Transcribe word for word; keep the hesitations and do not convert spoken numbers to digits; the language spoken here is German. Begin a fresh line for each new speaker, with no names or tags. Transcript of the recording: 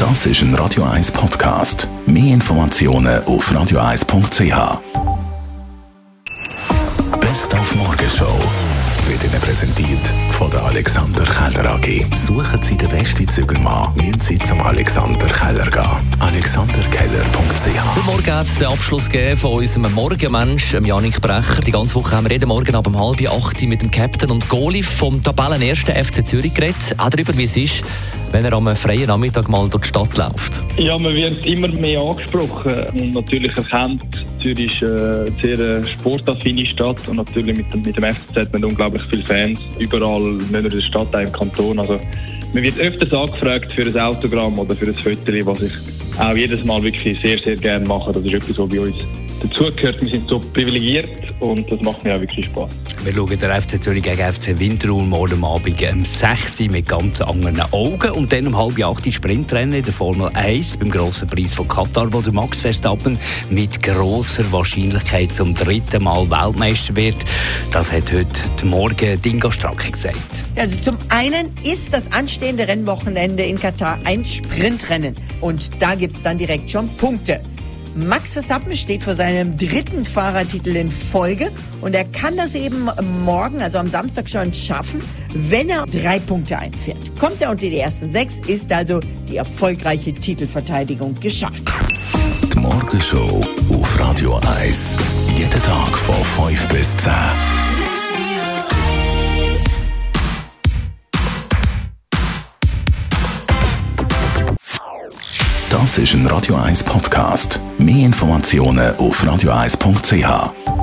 Das ist ein Radio eins Podcast. Mehr Informationen auf radio eins punkt c h. Best auf Morgenshow wird Ihnen präsentiert von der Alexander Keller A G. Suchen Sie den besten Zügelmann, müssen Sie zum Alexander Keller gehen. alexander keller punkt c h.
Heute Morgen hat es den Abschluss gegeben von unserem Morgenmensch, Janik Brecher. Die ganze Woche haben wir jeden Morgen ab um halb acht mit dem Captain und Goalie vom Tabellenersten F C Zürich geredet. Auch darüber, wie es ist, wenn er am freien Nachmittag mal durch die Stadt läuft.
Ja, man wird immer mehr angesprochen und natürlich erkannt. Zürich ist eine sehr sportaffine Stadt und natürlich mit dem, mit dem F C Z hat unglaublich viele Fans. Überall, nicht nur in der Stadt, auch im Kanton. Also, man wird öfters angefragt für ein Autogramm oder für ein Foto, was ich auch jedes Mal wirklich sehr, sehr gerne mache. Das ist etwas, was bei uns dazugehört. Wir sind so privilegiert und das macht mir auch wirklich Spaß.
Wir schauen den F C Zürich gegen F C Winterthur morgen Abend um sechs Uhr mit ganz anderen Augen. Und dann um halb acht Sprintrennen in der Formel eins beim grossen Preis von Katar, wo der Max Verstappen mit grosser Wahrscheinlichkeit zum dritten Mal Weltmeister wird. Das hat heute die Morgen Dingo Stracke gesagt.
Also zum einen ist das anstehende Rennwochenende in Katar ein Sprintrennen. Und da gibt es dann direkt schon Punkte. Max Verstappen steht vor seinem dritten Fahrertitel in Folge und er kann das eben morgen, also am Samstag schon schaffen, wenn er drei Punkte einfährt. Kommt er unter die ersten sechs, ist also die erfolgreiche Titelverteidigung geschafft.
Die Morgenshow auf Radio eins. Jeden Tag von fünf bis zehn. Das ist ein Radio eins Podcast. Mehr Informationen auf radio eins punkt c h.